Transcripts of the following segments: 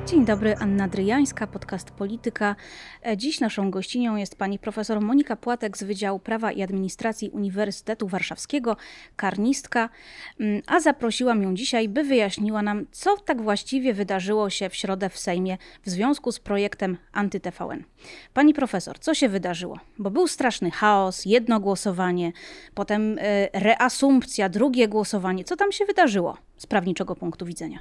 Dzień dobry, Anna Dryjańska, podcast Polityka. Dziś naszą gościnią jest pani profesor Monika Płatek z Wydziału Prawa i Administracji Uniwersytetu Warszawskiego, karnistka, a zaprosiłam ją dzisiaj, by wyjaśniła nam, co tak właściwie wydarzyło się w środę w Sejmie w związku z projektem anty-TVN. Pani profesor, co się wydarzyło? Bo był straszny chaos, jedno głosowanie, potem reasumpcja, drugie głosowanie. Co tam się wydarzyło z prawniczego punktu widzenia?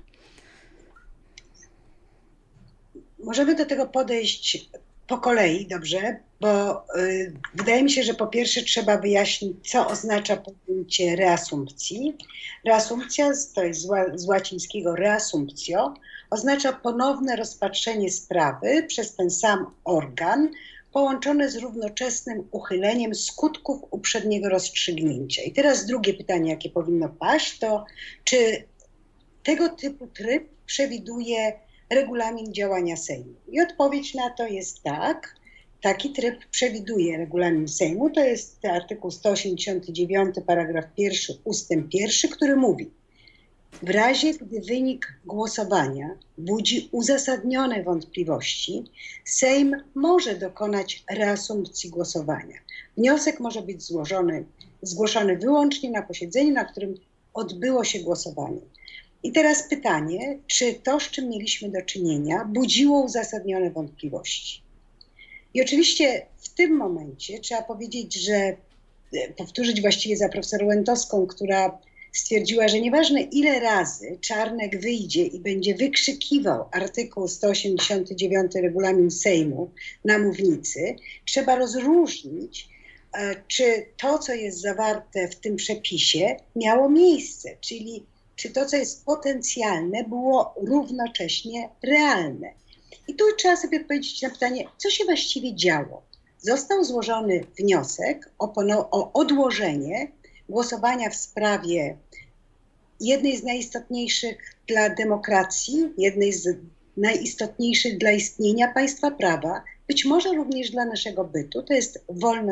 Możemy do tego podejść po kolei, dobrze? Bo wydaje mi się, że po pierwsze trzeba wyjaśnić, co oznacza pojęcie reasumpcji. Reasumpcja, to jest z łacińskiego reasumptio, oznacza ponowne rozpatrzenie sprawy przez ten sam organ, połączone z równoczesnym uchyleniem skutków uprzedniego rozstrzygnięcia. I teraz drugie pytanie, jakie powinno paść, to czy tego typu tryb przewiduje regulamin działania Sejmu? I odpowiedź na to jest tak. Taki tryb przewiduje regulamin Sejmu. To jest artykuł 189, paragraf 1, ustęp 1, który mówi: w razie, gdy wynik głosowania budzi uzasadnione wątpliwości, Sejm może dokonać reasumpcji głosowania. Wniosek może być zgłoszony wyłącznie na posiedzeniu, na którym odbyło się głosowanie. I teraz pytanie, czy to, z czym mieliśmy do czynienia, budziło uzasadnione wątpliwości? I oczywiście w tym momencie trzeba powiedzieć, że powtórzyć właściwie za profesor Łętowską, która stwierdziła, że nieważne ile razy Czarnek wyjdzie i będzie wykrzykiwał artykuł 189 regulamin Sejmu na mównicy, trzeba rozróżnić, czy to, co jest zawarte w tym przepisie, miało miejsce, czyli czy to, co jest potencjalne, było równocześnie realne. I tu trzeba sobie odpowiedzieć na pytanie, co się właściwie działo. Został złożony wniosek o odłożenie głosowania w sprawie jednej z najistotniejszych dla demokracji, jednej z najistotniejszych dla istnienia państwa prawa, być może również dla naszego bytu. To jest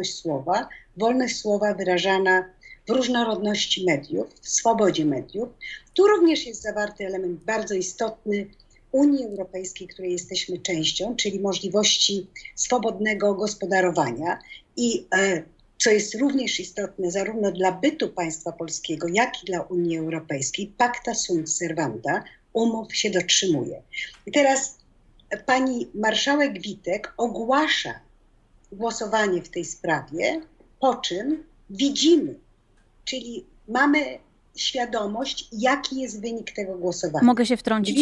wolność słowa wyrażana w różnorodności mediów, w swobodzie mediów. Tu również jest zawarty element bardzo istotny Unii Europejskiej, której jesteśmy częścią, czyli możliwości swobodnego gospodarowania i co jest również istotne zarówno dla bytu państwa polskiego, jak i dla Unii Europejskiej, pacta sunt servanda, umów się dotrzymuje. I teraz pani marszałek Witek ogłasza głosowanie w tej sprawie, po czym widzimy, czyli mamy świadomość, jaki jest wynik tego głosowania. Mogę się wtrącić?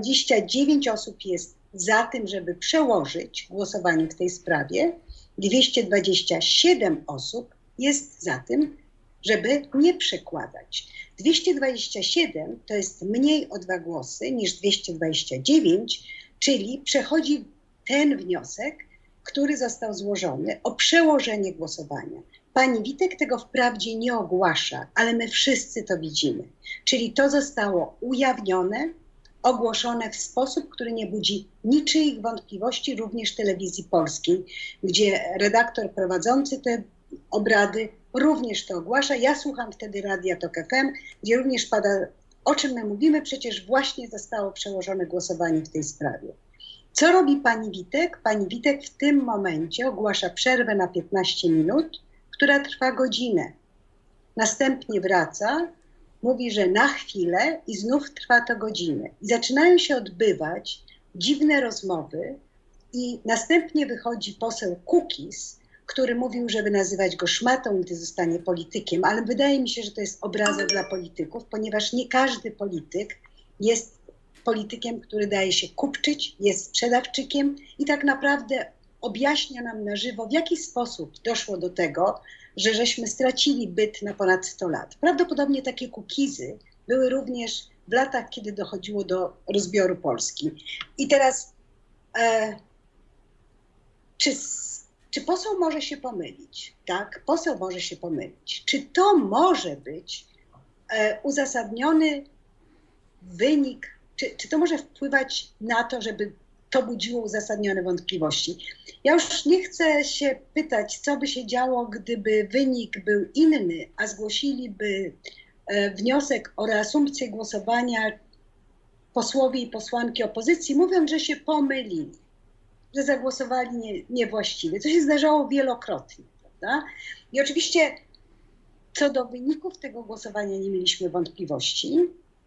229 osób jest za tym, żeby przełożyć głosowanie w tej sprawie. 227 osób jest za tym, żeby nie przekładać. 227 to jest mniej o 2 głosy niż 229, czyli przechodzi ten wniosek, który został złożony o przełożenie głosowania. Pani Witek tego wprawdzie nie ogłasza, ale my wszyscy to widzimy. Czyli to zostało ujawnione, ogłoszone w sposób, który nie budzi niczyich wątpliwości, również Telewizji Polskiej, gdzie redaktor prowadzący te obrady również to ogłasza. Ja słucham wtedy Radia Tok FM, gdzie również pada, o czym my mówimy, przecież właśnie zostało przełożone głosowanie w tej sprawie. Co robi pani Witek? Pani Witek w tym momencie ogłasza przerwę na 15 minut, która trwa godzinę. Następnie wraca, mówi, że na chwilę i znów trwa to godzinę. I zaczynają się odbywać dziwne rozmowy i następnie wychodzi poseł Kukiz, który mówił, żeby nazywać go szmatą, gdy zostanie politykiem, ale wydaje mi się, że to jest obrazek dla polityków, ponieważ nie każdy polityk jest politykiem, który daje się kupczyć, jest sprzedawczykiem i tak naprawdę objaśnia nam na żywo, w jaki sposób doszło do tego, że żeśmy stracili byt na ponad 100 lat. Prawdopodobnie takie kukizy były również w latach, kiedy dochodziło do rozbioru Polski. I teraz, czy poseł może się pomylić? Tak, poseł może się pomylić. Czy to może być uzasadniony wynik, czy to może wpływać na to, żeby to budziło uzasadnione wątpliwości? Ja już nie chcę się pytać, co by się działo, gdyby wynik był inny, a zgłosiliby wniosek o reasumpcję głosowania posłowie i posłanki opozycji, mówiąc, że się pomylili, że zagłosowali niewłaściwie. To się zdarzało wielokrotnie, prawda? I oczywiście co do wyników tego głosowania nie mieliśmy wątpliwości.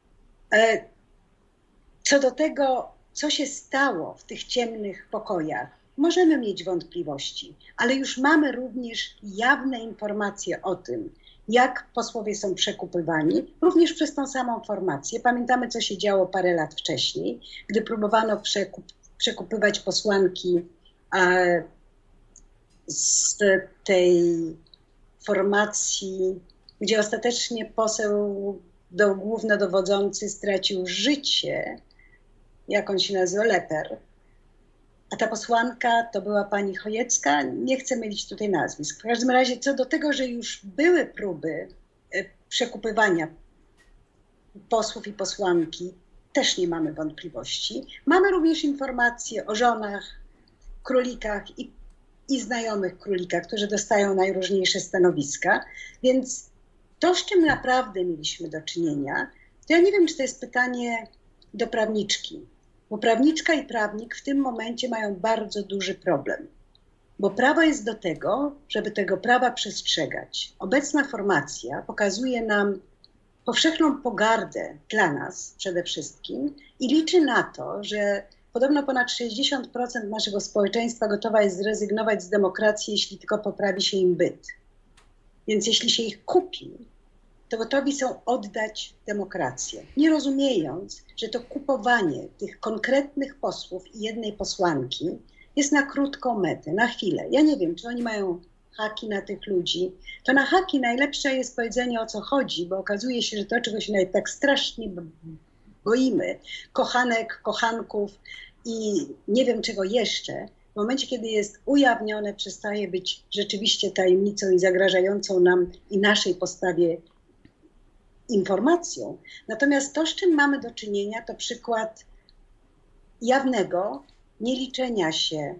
Co do tego, co się stało w tych ciemnych pokojach, możemy mieć wątpliwości, ale już mamy również jawne informacje o tym, jak posłowie są przekupywani, również przez tą samą formację. Pamiętamy, co się działo parę lat wcześniej, gdy próbowano przekupywać posłanki z tej formacji, gdzie ostatecznie poseł głównodowodzący stracił życie, jak on się nazywa, Leper. A ta posłanka to była pani Chojecka, nie chcę mylić tutaj nazwisk. W każdym razie co do tego, że już były próby przekupywania posłów i posłanki, też nie mamy wątpliwości. Mamy również informacje o żonach, królikach i znajomych królikach, którzy dostają najróżniejsze stanowiska. Więc to, z czym naprawdę mieliśmy do czynienia, to ja nie wiem, czy to jest pytanie do prawniczki, bo prawniczka i prawnik w tym momencie mają bardzo duży problem, bo prawo jest do tego, żeby tego prawa przestrzegać. Obecna formacja pokazuje nam powszechną pogardę dla nas przede wszystkim i liczy na to, że podobno ponad 60% naszego społeczeństwa gotowa jest zrezygnować z demokracji, jeśli tylko poprawi się im byt. Więc jeśli się ich kupi, to gotowi są oddać demokrację, nie rozumiejąc, że to kupowanie tych konkretnych posłów i jednej posłanki jest na krótką metę, na chwilę. Ja nie wiem, czy oni mają haki na tych ludzi. To na haki najlepsze jest powiedzenie, o co chodzi, bo okazuje się, że to, czego się tak strasznie boimy, kochanek, kochanków i nie wiem czego jeszcze, w momencie, kiedy jest ujawnione, przestaje być rzeczywiście tajemnicą i zagrażającą nam i naszej postawie informacją. Natomiast to, z czym mamy do czynienia, to przykład jawnego nieliczenia się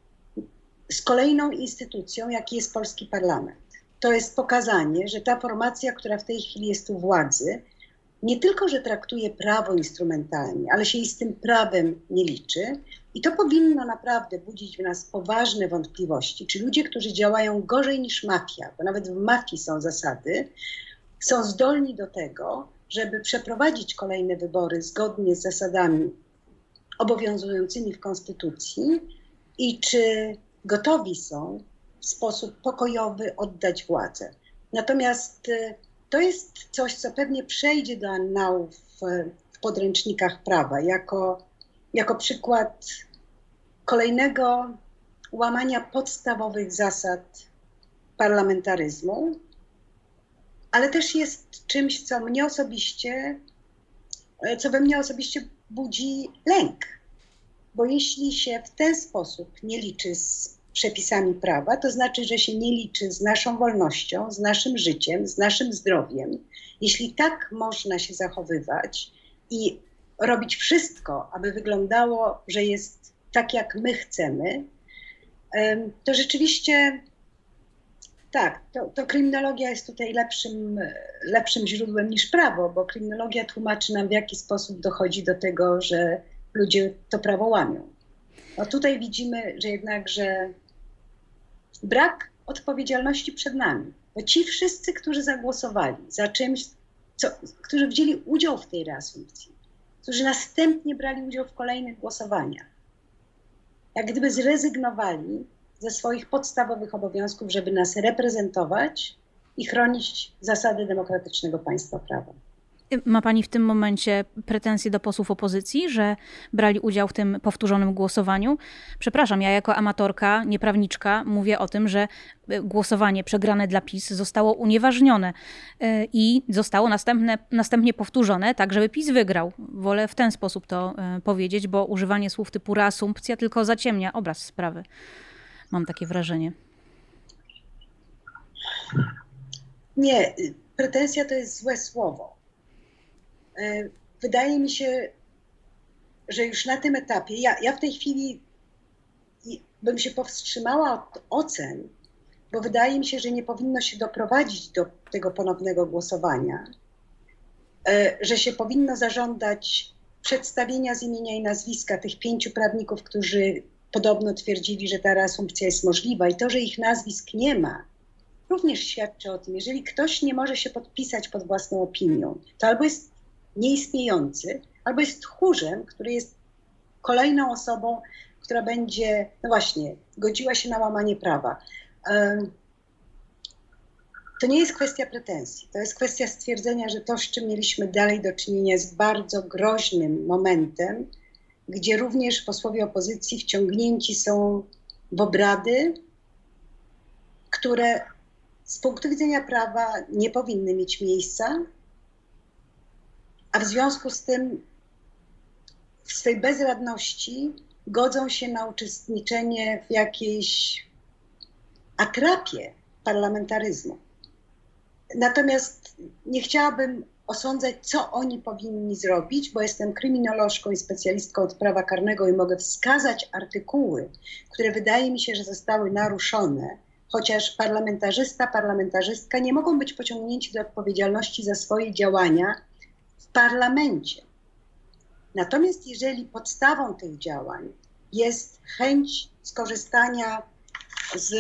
z kolejną instytucją, jaką jest polski parlament. To jest pokazanie, że ta formacja, która w tej chwili jest u władzy, nie tylko, że traktuje prawo instrumentalnie, ale się i z tym prawem nie liczy. I to powinno naprawdę budzić w nas poważne wątpliwości, czy ludzie, którzy działają gorzej niż mafia, bo nawet w mafii są zasady, są zdolni do tego, żeby przeprowadzić kolejne wybory zgodnie z zasadami obowiązującymi w Konstytucji i czy gotowi są w sposób pokojowy oddać władzę. Natomiast to jest coś, co pewnie przejdzie do annałów w podręcznikach prawa jako przykład kolejnego łamania podstawowych zasad parlamentaryzmu, ale też jest czymś, co we mnie osobiście budzi lęk. Bo jeśli się w ten sposób nie liczy z przepisami prawa, to znaczy, że się nie liczy z naszą wolnością, z naszym życiem, z naszym zdrowiem. Jeśli tak można się zachowywać i robić wszystko, aby wyglądało, że jest tak, jak my chcemy, to rzeczywiście tak, to kryminologia jest tutaj lepszym źródłem niż prawo, bo kryminologia tłumaczy nam, w jaki sposób dochodzi do tego, że ludzie to prawo łamią. No tutaj widzimy, że jednakże brak odpowiedzialności przed nami, bo ci wszyscy, którzy zagłosowali za czymś, którzy wzięli udział w tej reasumpcji, którzy następnie brali udział w kolejnych głosowaniach, jak gdyby zrezygnowali ze swoich podstawowych obowiązków, żeby nas reprezentować i chronić zasady demokratycznego państwa prawa. Ma pani w tym momencie pretensje do posłów opozycji, że brali udział w tym powtórzonym głosowaniu? Przepraszam, ja jako amatorka, nieprawniczka mówię o tym, że głosowanie przegrane dla PiS zostało unieważnione i zostało następnie powtórzone tak, żeby PiS wygrał. Wolę w ten sposób to powiedzieć, bo używanie słów typu reasumpcja tylko zaciemnia obraz sprawy. Mam takie wrażenie. Nie, pretensja to jest złe słowo. Wydaje mi się, że już na tym etapie, ja w tej chwili bym się powstrzymała od ocen, bo wydaje mi się, że nie powinno się doprowadzić do tego ponownego głosowania, że się powinno zażądać przedstawienia z imienia i nazwiska tych 5 prawników, którzy podobno twierdzili, że ta reasumpcja jest możliwa, i to, że ich nazwisk nie ma, również świadczy o tym, jeżeli ktoś nie może się podpisać pod własną opinią, to albo jest nieistniejący, albo jest tchórzem, który jest kolejną osobą, która będzie, no właśnie, godziła się na łamanie prawa. To nie jest kwestia pretensji, to jest kwestia stwierdzenia, że to, z czym mieliśmy dalej do czynienia, jest bardzo groźnym momentem, gdzie również posłowie opozycji wciągnięci są w obrady, które z punktu widzenia prawa nie powinny mieć miejsca, a w związku z tym w swej bezradności godzą się na uczestniczenie w jakiejś atrapie parlamentaryzmu. Natomiast nie chciałabym osądzać, co oni powinni zrobić, bo jestem kryminolożką i specjalistką od prawa karnego i mogę wskazać artykuły, które wydaje mi się, że zostały naruszone, chociaż parlamentarzystka nie mogą być pociągnięci do odpowiedzialności za swoje działania w parlamencie. Natomiast jeżeli podstawą tych działań jest chęć skorzystania z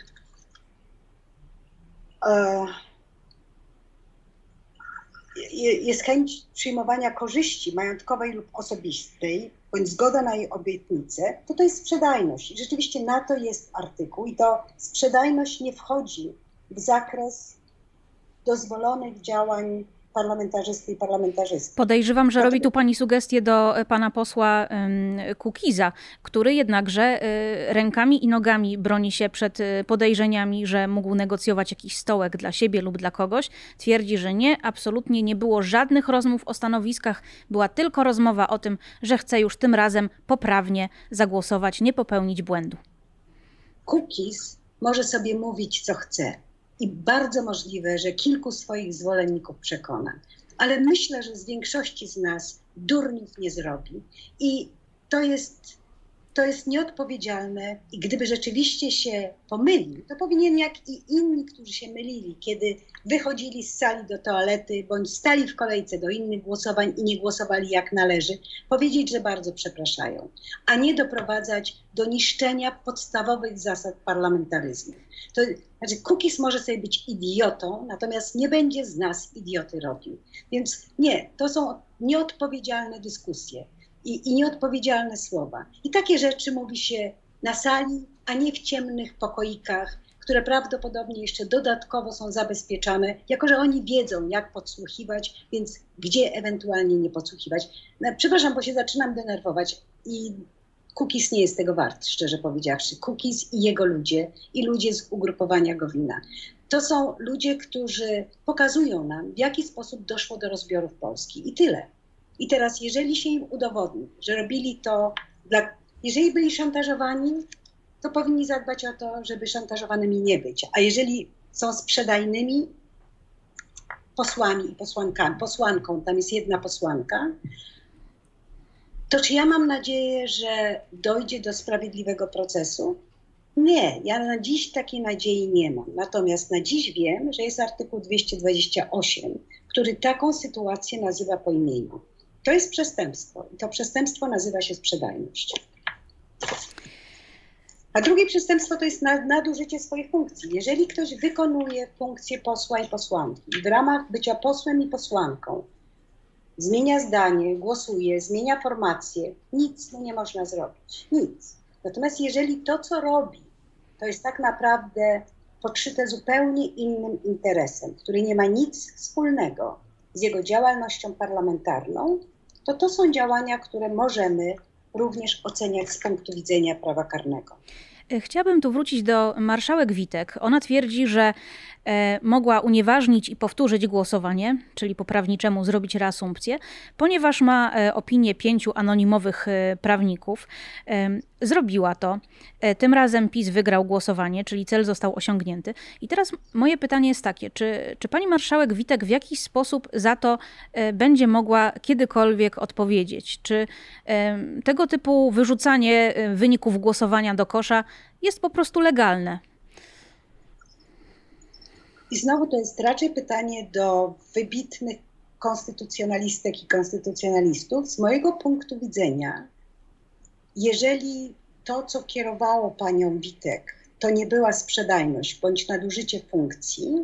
jest chęć przyjmowania korzyści majątkowej lub osobistej, bądź zgoda na jej obietnicę, to jest sprzedajność. I rzeczywiście na to jest artykuł i to sprzedajność nie wchodzi w zakres dozwolonych działań parlamentarzysty i parlamentarzysty. Podejrzewam, że robi tu pani sugestie do pana posła Kukiza, który jednakże rękami i nogami broni się przed podejrzeniami, że mógł negocjować jakiś stołek dla siebie lub dla kogoś. Twierdzi, że nie, absolutnie nie było żadnych rozmów o stanowiskach. Była tylko rozmowa o tym, że chce już tym razem poprawnie zagłosować, nie popełnić błędu. Kukiz może sobie mówić, co chce. I bardzo możliwe, że kilku swoich zwolenników przekona. Ale myślę, że z większości z nas durniów nie zrobi. I to jest nieodpowiedzialne. I gdyby rzeczywiście się pomylił, to powinien, jak i inni, którzy się mylili, kiedy wychodzili z sali do toalety, bądź stali w kolejce do innych głosowań i nie głosowali jak należy, powiedzieć, że bardzo przepraszają, a nie doprowadzać do niszczenia podstawowych zasad parlamentaryzmu. To znaczy, Kukiz może sobie być idiotą, natomiast nie będzie z nas idioty robił. Więc nie, to są nieodpowiedzialne dyskusje i nieodpowiedzialne słowa. I takie rzeczy mówi się na sali, a nie w ciemnych pokoikach, które prawdopodobnie jeszcze dodatkowo są zabezpieczane, jako że oni wiedzą, jak podsłuchiwać, więc gdzie ewentualnie nie podsłuchiwać. No, przepraszam, bo się zaczynam denerwować i Kukiz nie jest tego wart, szczerze powiedziawszy. Kukiz i jego ludzie, i ludzie z ugrupowania Gowina. To są ludzie, którzy pokazują nam, w jaki sposób doszło do rozbiorów Polski. I tyle. I teraz, jeżeli się im udowodni, że robili to, jeżeli byli szantażowani, to powinni zadbać o to, żeby szantażowanymi nie być. A jeżeli są sprzedajnymi posłami i posłanką, tam jest jedna posłanka, to czy ja mam nadzieję, że dojdzie do sprawiedliwego procesu? Nie, ja na dziś takiej nadziei nie mam. Natomiast na dziś wiem, że jest artykuł 228, który taką sytuację nazywa po imieniu. To jest przestępstwo i to przestępstwo nazywa się sprzedajność. A drugie przestępstwo to jest nadużycie swoich funkcji. Jeżeli ktoś wykonuje funkcję posła i posłanki i w ramach bycia posłem i posłanką zmienia zdanie, głosuje, zmienia formację, nic mu nie można zrobić. Nic. Natomiast jeżeli to, co robi, to jest tak naprawdę podszyte zupełnie innym interesem, który nie ma nic wspólnego z jego działalnością parlamentarną, to są działania, które możemy również oceniać z punktu widzenia prawa karnego. Chciałabym tu wrócić do marszałek Witek. Ona twierdzi, że mogła unieważnić i powtórzyć głosowanie, czyli po prawniczemu zrobić reasumpcję, ponieważ ma opinię 5 anonimowych prawników. Zrobiła to. Tym razem PiS wygrał głosowanie, czyli cel został osiągnięty. I teraz moje pytanie jest takie, czy pani marszałek Witek w jakiś sposób za to będzie mogła kiedykolwiek odpowiedzieć? Czy tego typu wyrzucanie wyników głosowania do kosza jest po prostu legalne? I znowu to jest raczej pytanie do wybitnych konstytucjonalistek i konstytucjonalistów, z mojego punktu widzenia, jeżeli to, co kierowało panią Witek, to nie była sprzedajność bądź nadużycie funkcji,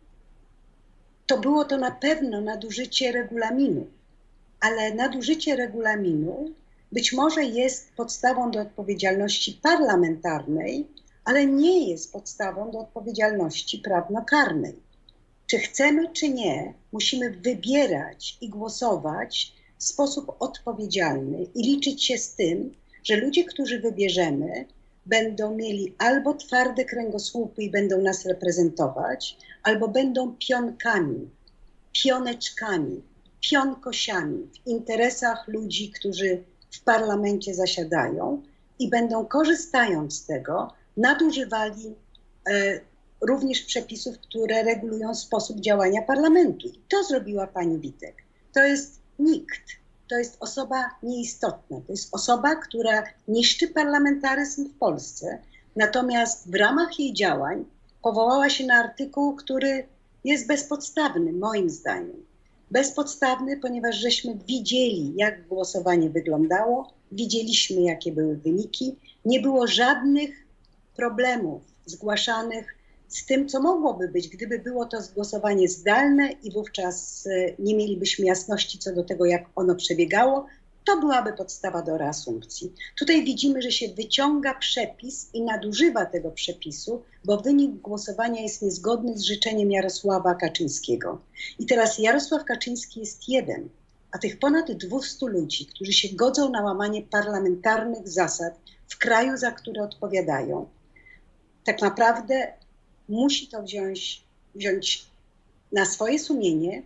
to było to na pewno nadużycie regulaminu. Ale nadużycie regulaminu być może jest podstawą do odpowiedzialności parlamentarnej, ale nie jest podstawą do odpowiedzialności prawnokarnej. Czy chcemy, czy nie, musimy wybierać i głosować w sposób odpowiedzialny i liczyć się z tym, że ludzie, którzy wybierzemy, będą mieli albo twarde kręgosłupy i będą nas reprezentować, albo będą pionkami, pioneczkami, pionkosiami w interesach ludzi, którzy w parlamencie zasiadają i będą, korzystając z tego, nadużywali również przepisów, które regulują sposób działania parlamentu. I to zrobiła pani Witek. To jest nikt. To jest osoba nieistotna. To jest osoba, która niszczy parlamentaryzm w Polsce. Natomiast w ramach jej działań powołała się na artykuł, który jest bezpodstawny, moim zdaniem. Bezpodstawny, ponieważ żeśmy widzieli, jak głosowanie wyglądało, widzieliśmy, jakie były wyniki. Nie było żadnych problemów zgłaszanych z tym, co mogłoby być, gdyby było to głosowanie zdalne i wówczas nie mielibyśmy jasności co do tego, jak ono przebiegało. To byłaby podstawa do reasumpcji. Tutaj widzimy, że się wyciąga przepis i nadużywa tego przepisu, bo wynik głosowania jest niezgodny z życzeniem Jarosława Kaczyńskiego. I teraz Jarosław Kaczyński jest jeden, a tych ponad 200 ludzi, którzy się godzą na łamanie parlamentarnych zasad w kraju, za które odpowiadają, tak naprawdę musi to wziąć na swoje sumienie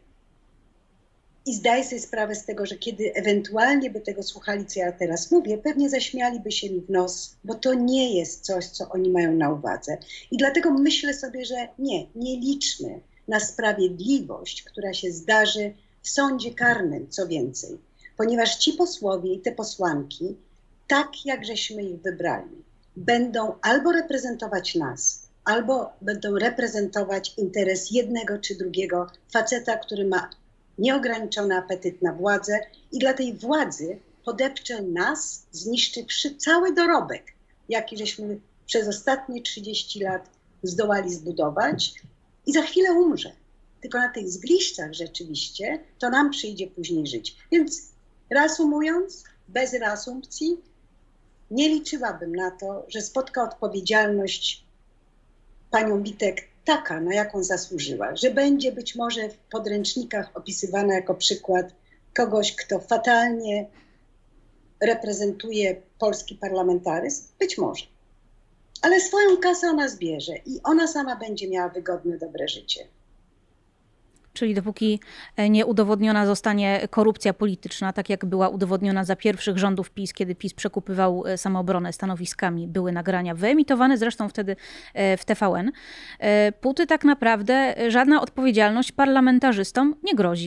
i zdaje sobie sprawę z tego, że kiedy ewentualnie by tego słuchali, co ja teraz mówię, pewnie zaśmialiby się mi w nos, bo to nie jest coś, co oni mają na uwadze. I dlatego myślę sobie, że nie liczmy na sprawiedliwość, która się zdarzy w sądzie karnym, co więcej. Ponieważ ci posłowie i te posłanki, tak jak żeśmy ich wybrali, będą albo reprezentować nas, albo będą reprezentować interes jednego czy drugiego faceta, który ma nieograniczony apetyt na władzę i dla tej władzy podepcze nas, zniszczywszy cały dorobek, jaki żeśmy przez ostatnie 30 lat zdołali zbudować i za chwilę umrze. Tylko na tych zgliszczach rzeczywiście to nam przyjdzie później żyć. Więc reasumując, bez reasumpcji nie liczyłabym na to, że spotka odpowiedzialność panią Witek taka, na jaką zasłużyła, że będzie być może w podręcznikach opisywana jako przykład kogoś, kto fatalnie reprezentuje polski parlamentaryzm, być może. Ale swoją kasę ona zbierze i ona sama będzie miała wygodne, dobre życie. Czyli dopóki nie udowodniona zostanie korupcja polityczna, tak jak była udowodniona za pierwszych rządów PiS, kiedy PiS przekupywał Samoobronę stanowiskami, były nagrania wyemitowane zresztą wtedy w TVN, póty tak naprawdę żadna odpowiedzialność parlamentarzystom nie grozi.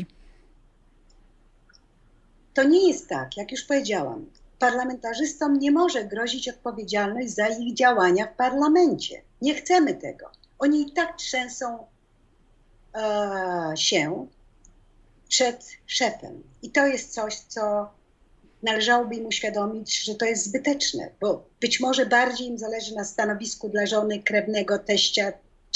To nie jest tak, jak już powiedziałam. Parlamentarzystom nie może grozić odpowiedzialność za ich działania w parlamencie. Nie chcemy tego. Oni i tak trzęsą się przed szefem. I to jest coś, co należałoby im uświadomić, że to jest zbyteczne, bo być może bardziej im zależy na stanowisku dla żony, krewnego, teścia,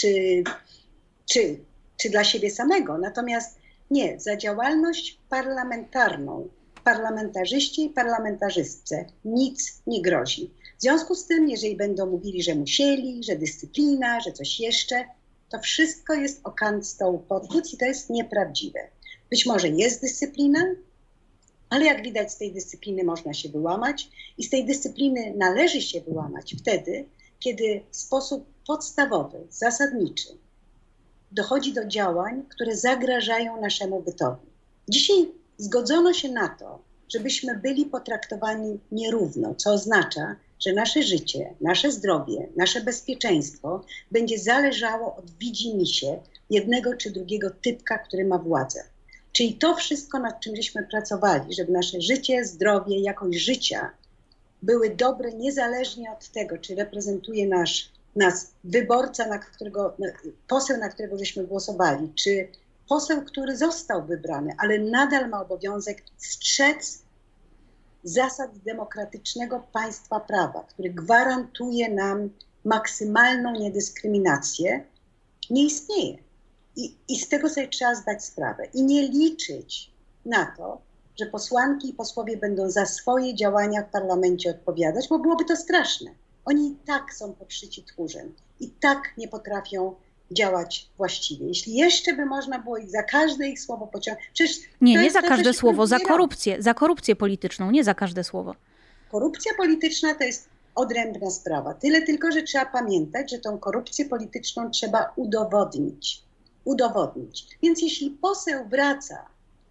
czy dla siebie samego. Natomiast nie, za działalność parlamentarną parlamentarzyście i parlamentarzystce nic nie grozi. W związku z tym, jeżeli będą mówili, że musieli, że dyscyplina, że coś jeszcze, to wszystko jest o kant stołu podwódz i to jest nieprawdziwe. Być może jest dyscyplina, ale jak widać z tej dyscypliny można się wyłamać i z tej dyscypliny należy się wyłamać wtedy, kiedy w sposób podstawowy, zasadniczy dochodzi do działań, które zagrażają naszemu bytowi. Dzisiaj zgodzono się na to, żebyśmy byli potraktowani nierówno, co oznacza, że nasze życie, nasze zdrowie, nasze bezpieczeństwo będzie zależało od widzimisię jednego czy drugiego typka, który ma władzę. Czyli to wszystko, nad czym żeśmy pracowali, żeby nasze życie, zdrowie, jakość życia były dobre niezależnie od tego, czy reprezentuje nas wyborca, poseł, na którego żeśmy głosowali, czy poseł, który został wybrany, ale nadal ma obowiązek strzec zasad demokratycznego państwa prawa, który gwarantuje nam maksymalną niedyskryminację, nie istnieje. I z tego sobie trzeba zdać sprawę. I nie liczyć na to, że posłanki i posłowie będą za swoje działania w parlamencie odpowiadać, bo byłoby to straszne. Oni i tak są podszyci tchórzem. I tak nie potrafią działać właściwie. Jeśli jeszcze by można było ich za każde ich słowo pociągnąć... Przecież nie za każde słowo, za korupcję polityczną, nie za każde słowo. Korupcja polityczna to jest odrębna sprawa. Tyle tylko, że trzeba pamiętać, że tą korupcję polityczną trzeba udowodnić. Więc jeśli poseł wraca,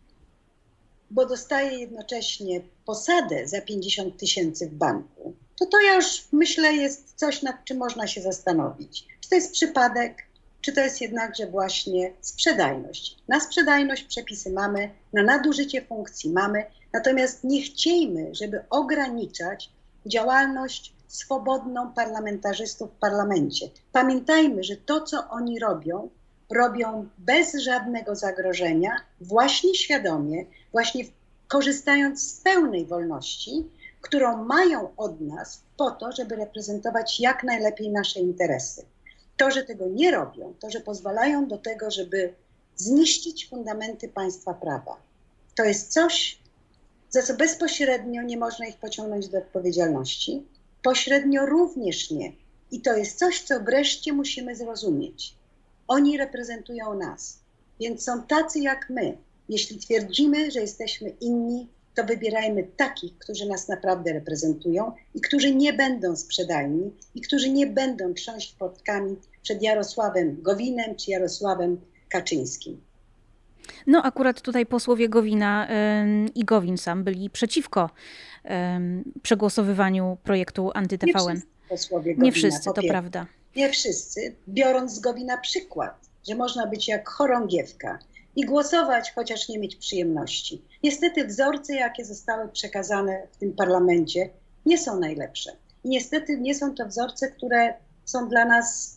bo dostaje jednocześnie posadę za 50 000 w banku, to ja już myślę jest coś, nad czym można się zastanowić. Czy to jest przypadek, czy to jest jednakże właśnie sprzedajność. Na sprzedajność przepisy mamy, na nadużycie funkcji mamy, natomiast nie chciejmy, żeby ograniczać działalność swobodną parlamentarzystów w parlamencie. Pamiętajmy, że to, co oni robią bez żadnego zagrożenia, właśnie świadomie, właśnie korzystając z pełnej wolności, którą mają od nas po to, żeby reprezentować jak najlepiej nasze interesy. To, że tego nie robią, to, że pozwalają do tego, żeby zniszczyć fundamenty państwa prawa, to jest coś, za co bezpośrednio nie można ich pociągnąć do odpowiedzialności, pośrednio również nie. I to jest coś, co wreszcie musimy zrozumieć. Oni reprezentują nas, więc są tacy jak my. Jeśli twierdzimy, że jesteśmy inni, to wybierajmy takich, którzy nas naprawdę reprezentują i którzy nie będą sprzedajni i którzy nie będą trząść płotkami przed Jarosławem Gowinem czy Jarosławem Kaczyńskim. No akurat tutaj posłowie Gowina i Gowin sam byli przeciwko przegłosowywaniu projektu anty-TVN. Nie wszyscy posłowie Gowina, nie wszyscy, to prawda. Nie wszyscy, biorąc z Gowina przykład, że można być jak chorągiewka i głosować, chociaż nie mieć przyjemności. Niestety wzorce, jakie zostały przekazane w tym parlamencie, nie są najlepsze. I niestety nie są to wzorce, które są dla nas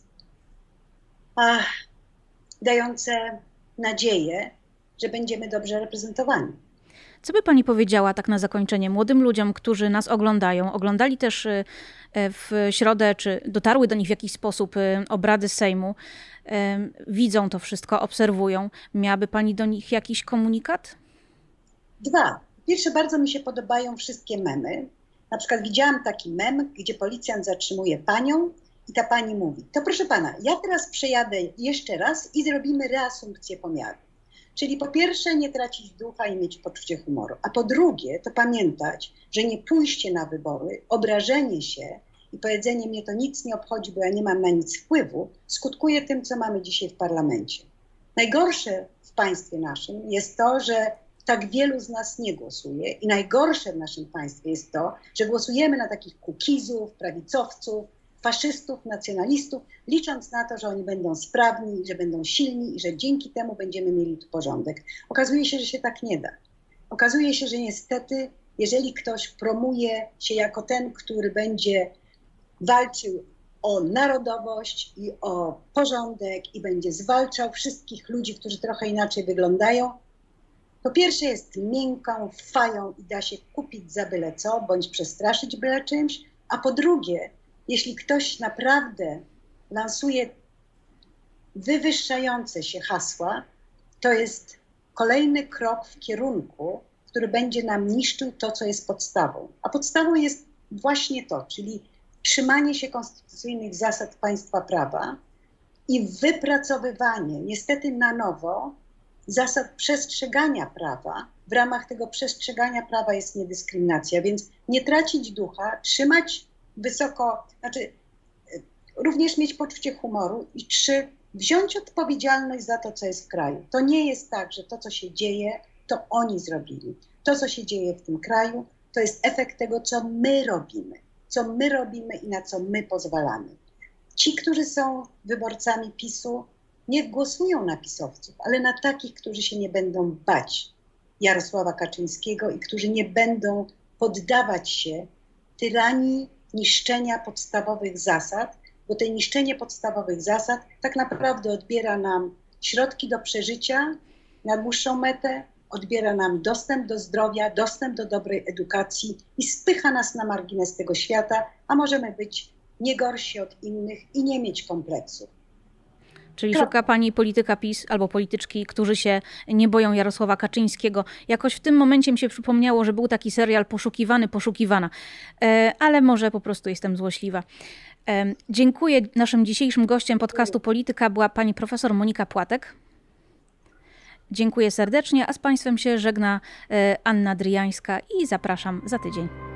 dające nadzieję, że będziemy dobrze reprezentowani. Co by pani powiedziała tak na zakończenie młodym ludziom, którzy nas oglądają? Oglądali też w środę, czy dotarły do nich w jakiś sposób obrady Sejmu, widzą to wszystko, obserwują. Miałaby pani do nich jakiś komunikat? Dwa. Pierwsze, bardzo mi się podobają wszystkie memy. Na przykład widziałam taki mem, gdzie policjant zatrzymuje panią i ta pani mówi: to proszę pana, ja teraz przejadę jeszcze raz i zrobimy reasumpcję pomiaru. Czyli po pierwsze nie tracić ducha i mieć poczucie humoru, a po drugie to pamiętać, że nie pójście na wybory, obrażenie się i powiedzenie mnie to nic nie obchodzi, bo ja nie mam na nic wpływu, skutkuje tym, co mamy dzisiaj w parlamencie. Najgorsze w państwie naszym jest to, że tak wielu z nas nie głosuje i najgorsze w naszym państwie jest to, że głosujemy na takich kukizów, prawicowców, faszystów, nacjonalistów, licząc na to, że oni będą sprawni, że będą silni i że dzięki temu będziemy mieli tu porządek. Okazuje się, że się tak nie da. Okazuje się, że niestety, jeżeli ktoś promuje się jako ten, który będzie walczył o narodowość i o porządek i będzie zwalczał wszystkich ludzi, którzy trochę inaczej wyglądają, po pierwsze jest miękką fają i da się kupić za byle co, bądź przestraszyć byle czymś, a po drugie, jeśli ktoś naprawdę lansuje wywyższające się hasła, to jest kolejny krok w kierunku, który będzie nam niszczył to, co jest podstawą. A podstawą jest właśnie to, czyli trzymanie się konstytucyjnych zasad państwa prawa i wypracowywanie, niestety na nowo, zasad przestrzegania prawa. W ramach tego przestrzegania prawa jest niedyskryminacja, więc nie tracić ducha, trzymać wysoko, również mieć poczucie humoru i 3, wziąć odpowiedzialność za to, co jest w kraju. To nie jest tak, że to, co się dzieje, to oni zrobili. To, co się dzieje w tym kraju, to jest efekt tego, co my robimy i na co my pozwalamy. Ci, którzy są wyborcami PiS-u, nie głosują na pisowców, ale na takich, którzy się nie będą bać Jarosława Kaczyńskiego i którzy nie będą poddawać się tyranii niszczenia podstawowych zasad, bo to niszczenie podstawowych zasad tak naprawdę odbiera nam środki do przeżycia na dłuższą metę odbiera nam dostęp do zdrowia, dostęp do dobrej edukacji i spycha nas na margines tego świata, a możemy być nie gorsi od innych i nie mieć kompleksów. Czyli szuka pani polityka PiS albo polityczki, którzy się nie boją Jarosława Kaczyńskiego. Jakoś w tym momencie mi się przypomniało, że był taki serial Poszukiwany, poszukiwana. Ale może po prostu jestem złośliwa. Dziękuję. Naszym dzisiejszym gościem podcastu Polityka była pani profesor Monika Płatek. Dziękuję serdecznie, a z państwem się żegna Anna Dryjańska i zapraszam za tydzień.